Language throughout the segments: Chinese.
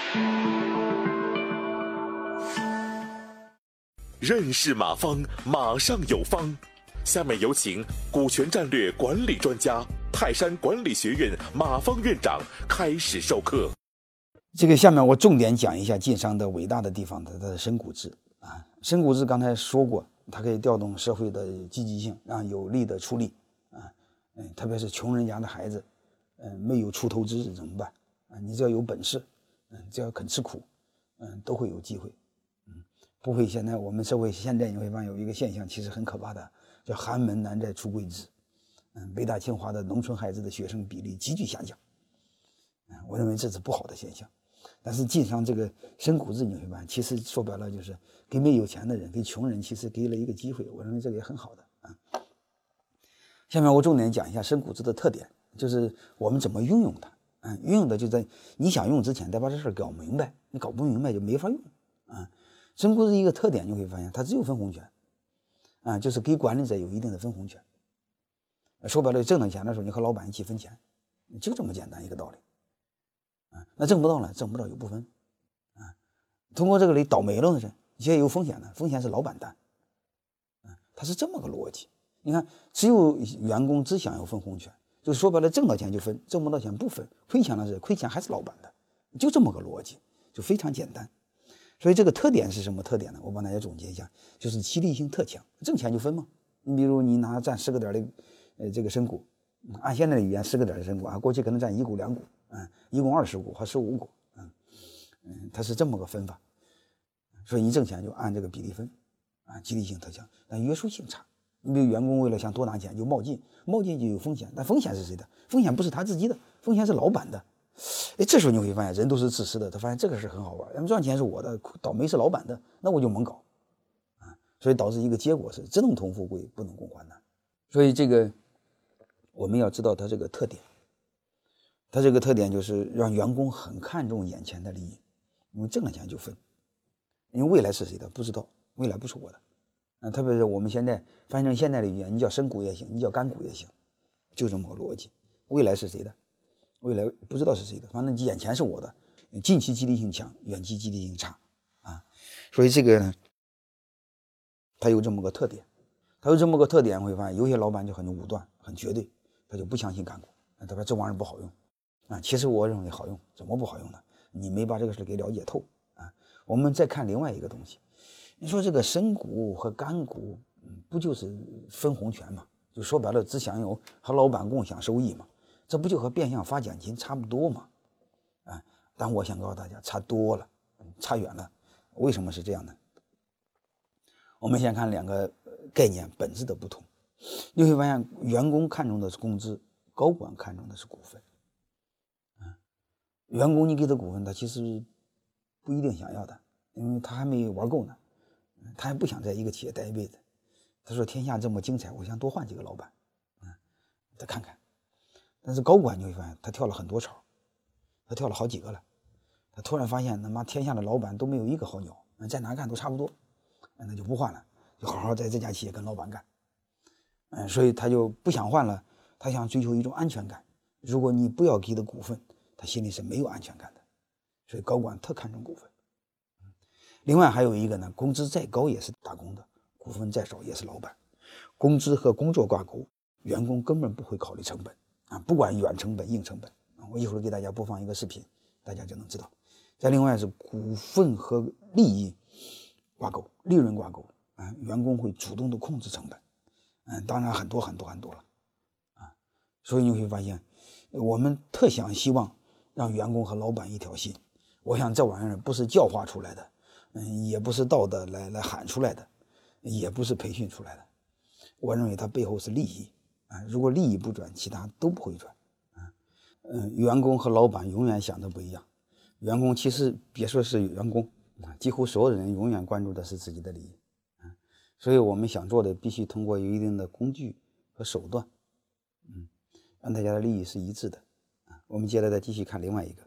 认识马方，马上有方。下面有请股权战略管理专家、泰山管理学院马方院长开始授课。 下面我重点讲一下晋商的伟大的地方，它的深谷制啊。深谷制刚才说过，它可以调动社会的积极性，让有力的出力啊。特别是穷人家的孩子，没有出头之日怎么办啊？你只要有本事，只要肯吃苦，都会有机会。不会现在我们社会现在你会发现有一个现象，其实很可怕的，叫寒门难在出贵子。北大清华的农村孩子的学生比例急剧下降。我认为这是不好的现象。但是晋商这个深谷制你会发现，其实说白了就是给没有钱的人，给穷人其实给了一个机会，我认为这个也很好的啊。下面我重点讲一下深谷制的特点，就是我们怎么运用它。运用的就在你想用之前得把这事搞明白，你搞不明白就没法用啊。深谷制一个特点你会发现它只有分红权啊，就是给管理者有一定的分红权。说白了，挣到钱的时候你和老板一起分钱，就这么简单一个道理啊。那挣不到了，挣不到就不分啊。通过这个里倒霉了的是，现在有风险的，风险是老板担啊，它是这么个逻辑。你看，只有员工只享有分红权，就是说白了，挣到钱就分，挣不到钱不分，亏钱了是亏钱还是老板的，就这么个逻辑，就非常简单。所以这个特点是什么特点呢？我帮大家总结一下，就是激励性特强，挣钱就分嘛。你比如你拿占10个点的这个深股，按现在的语言10个点的深股啊，过去可能占1股2股，一共20股和15股，它是这么个分法。所以你挣钱就按这个比例分啊，激励性特强，但约束性差。你比如员工为了想多拿钱就冒进，冒进就有风险，但风险是谁的？风险不是他自己的，风险是老板的。这时候你会发现人都是自私的，他发现这个事很好玩，赚钱是我的，倒霉是老板的，那我就猛搞啊，所以导致一个结果是只能同富贵，不能共患难。所以这个我们要知道它这个特点，它这个特点就是让员工很看重眼前的利益，因为挣了钱就分，因为未来是谁的不知道，未来不是我的。特别是我们现在翻译成现在的语言，你叫深股也行，你叫干股也行，就这么个逻辑。未来是谁的？未来不知道是谁的，反正眼前是我的，近期激励性强，远期激励性差啊。所以这个呢，它有这么个特点，会发现有些老板就很武断、很绝对，他就不相信干股，他说这玩意儿不好用啊。其实我认为好用，怎么不好用呢？你没把这个事给了解透啊。我们再看另外一个东西，你说这个深股和干股，不就是分红权嘛？就说白了，只享有和老板共享收益嘛。这不就和变相发奖金差不多吗？但我想告诉大家，差多了，差远了。为什么是这样呢？我们先看两个概念本质的不同。你会发现，员工看重的是工资，高管看重的是股份。员工你给他股份，他其实不一定想要的，因为他还没玩够呢，他还不想在一个企业待一辈子。他说天下这么精彩，我想多换几个老板，再看看。但是高管你会发现他跳了很多槽，他跳了好几个了，他突然发现他妈天下的老板都没有一个好鸟，在哪干都差不多，那就不换了，就好好在这家企业跟老板干。所以他就不想换了，他想追求一种安全感。如果你不要给的股份，他心里是没有安全感的，所以高管特看重股份。另外还有一个呢，工资再高也是打工的，股份再少也是老板。工资和工作挂钩，员工根本不会考虑成本不管软成本硬成本我一会儿给大家播放一个视频，大家就能知道。再另外是股份和利益挂钩，利润挂钩员工会主动的控制成本当然很多很多很多了所以你会发现我们特希望让员工和老板一条心。我想这玩意儿不是教化出来的也不是道德来喊出来的，也不是培训出来的。我认为它背后是利益如果利益不转，其他都不会转员工和老板永远想的不一样。员工其实别说是员工几乎所有人永远关注的是自己的利益所以我们想做的必须通过有一定的工具和手段让大家的利益是一致的我们接着再继续看另外一个。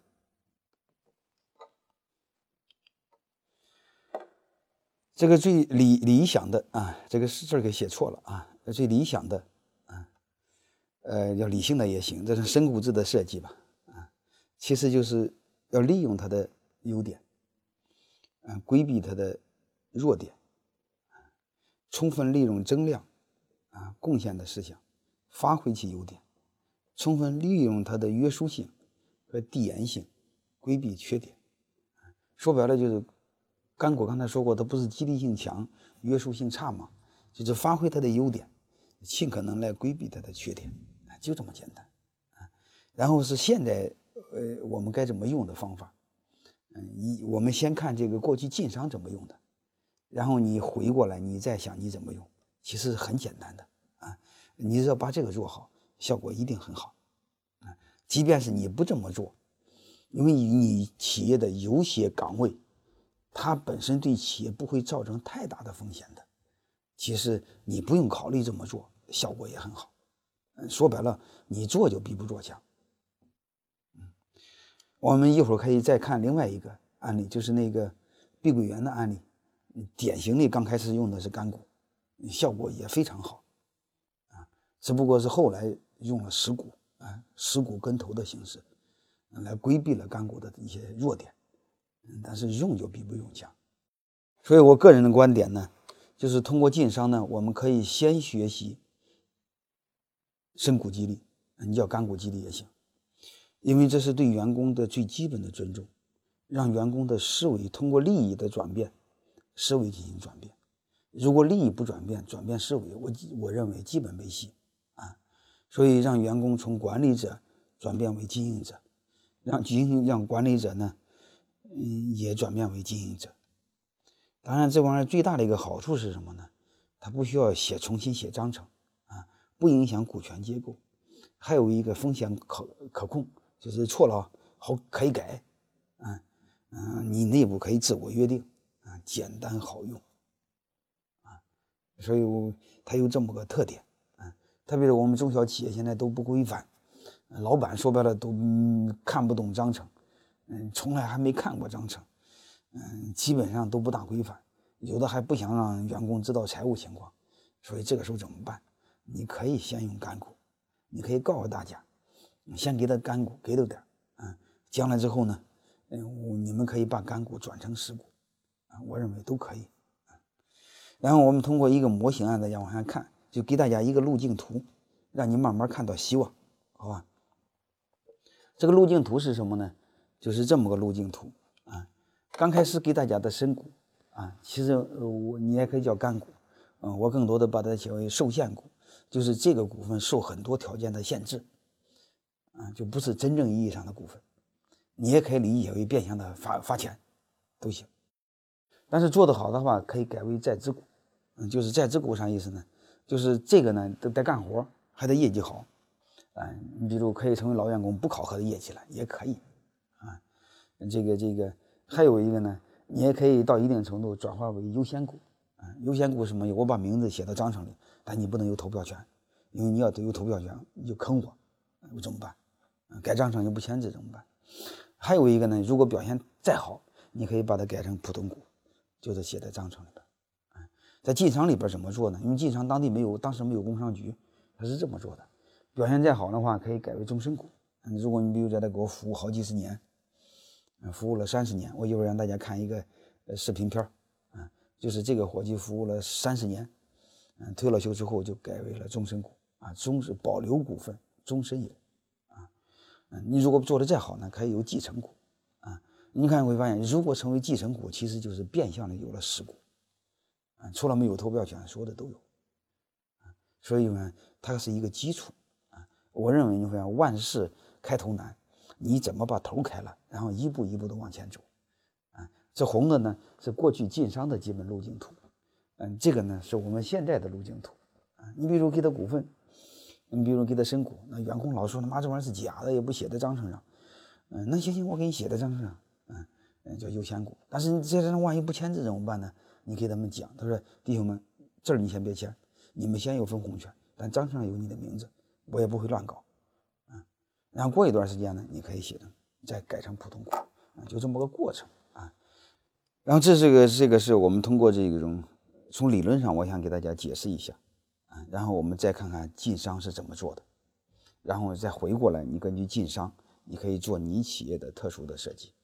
这个最理想的这个字给写错了最理想的要理性的也行，这是深谷制的设计吧其实就是要利用它的优点，规避它的弱点，充分利用增量贡献的事项，发挥其优点，充分利用它的约束性和递延性，规避缺点。说白了就是干股刚才说过，它不是激励性强约束性差吗？就是发挥它的优点，尽可能来规避它的缺点，就这么简单。然后是现在我们该怎么用的方法。我们先看这个过去晋商怎么用的，然后你回过来你再想你怎么用，其实很简单的你只要把这个做好，效果一定很好即便是你不这么做，因为你企业的有些岗位它本身对企业不会造成太大的风险的，其实你不用考虑这么做，效果也很好。说白了，你做就比不做强。我们一会儿可以再看另外一个案例，就是那个碧桂园的案例，典型的刚开始用的是干股，效果也非常好只不过是后来用了实股实股跟投的形式来规避了干股的一些弱点，但是用就比不用强。所以我个人的观点呢，就是通过晋商呢，我们可以先学习深股激励，你叫干股激励也行，因为这是对员工的最基本的尊重，让员工的思维通过利益的转变，思维进行转变。如果利益不转变，转变思维，我认为基本没戏所以让员工从管理者转变为经营者，让管理者呢，也转变为经营者。当然，这玩意儿最大的一个好处是什么呢？它不需要重新写章程不影响股权结构，还有一个风险可控，就是错了可以改你内部可以自我约定简单好用所以它有这么个特点特别是我们中小企业现在都不规范，老板说白了都看不懂章程从来还没看过章程基本上都不大规范，有的还不想让员工知道财务情况。所以这个时候怎么办？你可以先用干股，你可以告诉大家，先给他干股，给他点将来之后呢你们可以把干股转成实股我认为都可以然后我们通过一个模型案再往下看，就给大家一个路径图，让你慢慢看到希望，好吧？这个路径图是什么呢？就是这么个路径图刚开始给大家的深股其实你也可以叫干股我更多的把它写为受限股，就是这个股份受很多条件的限制就不是真正意义上的股份，你也可以理解为变相的发钱都行。但是做得好的话可以改为在职股就是在职股啥意思呢？就是这个呢都得干活，还得业绩好你比如可以成为老员工不考核的业绩了也可以这个还有一个呢，你也可以到一定程度转化为优先股优先股什么？我把名字写到章程里，但你不能有投票权，因为你要有投票权你就坑我怎么办改章程又不签字怎么办？还有一个呢，如果表现再好，你可以把它改成普通股，就是写在章程里边在晋商里边怎么做呢？因为晋商当时没有工商局，它是这么做的，表现再好的话可以改为终身股如果你比如在这给我服务好几十年服务了30年，我一会儿让大家看一个视频片就是这个伙计服务了30年退了休之后就改为了终身股是保留股份终身有你如果做的再好呢，可以有继承股你看会发现，如果成为继承股，其实就是变相的有了实股除了没有投票权，所有的都有所以呢，它是一个基础我认为你会发现万事开头难，你怎么把头开了，然后一步一步的往前走这红的呢是过去晋商的基本路径图这个呢是我们现在的路径图你比如给他股份，你比如给他申股，那员工老说他妈这玩意儿是假的，也不写在章程上那行我给你写在章程上叫优先股。但是你这张万一不签字怎么办呢？你给他们讲，他说弟兄们，这儿你先别签，你们先有分红权，但章程上有你的名字，我也不会乱搞然后过一段时间呢，你可以写成再改成普通股就这么个过程然后这个是我们通过这种从理论上我想给大家解释一下然后我们再看看晋商是怎么做的，然后再回过来你根据晋商你可以做你企业的特殊的设计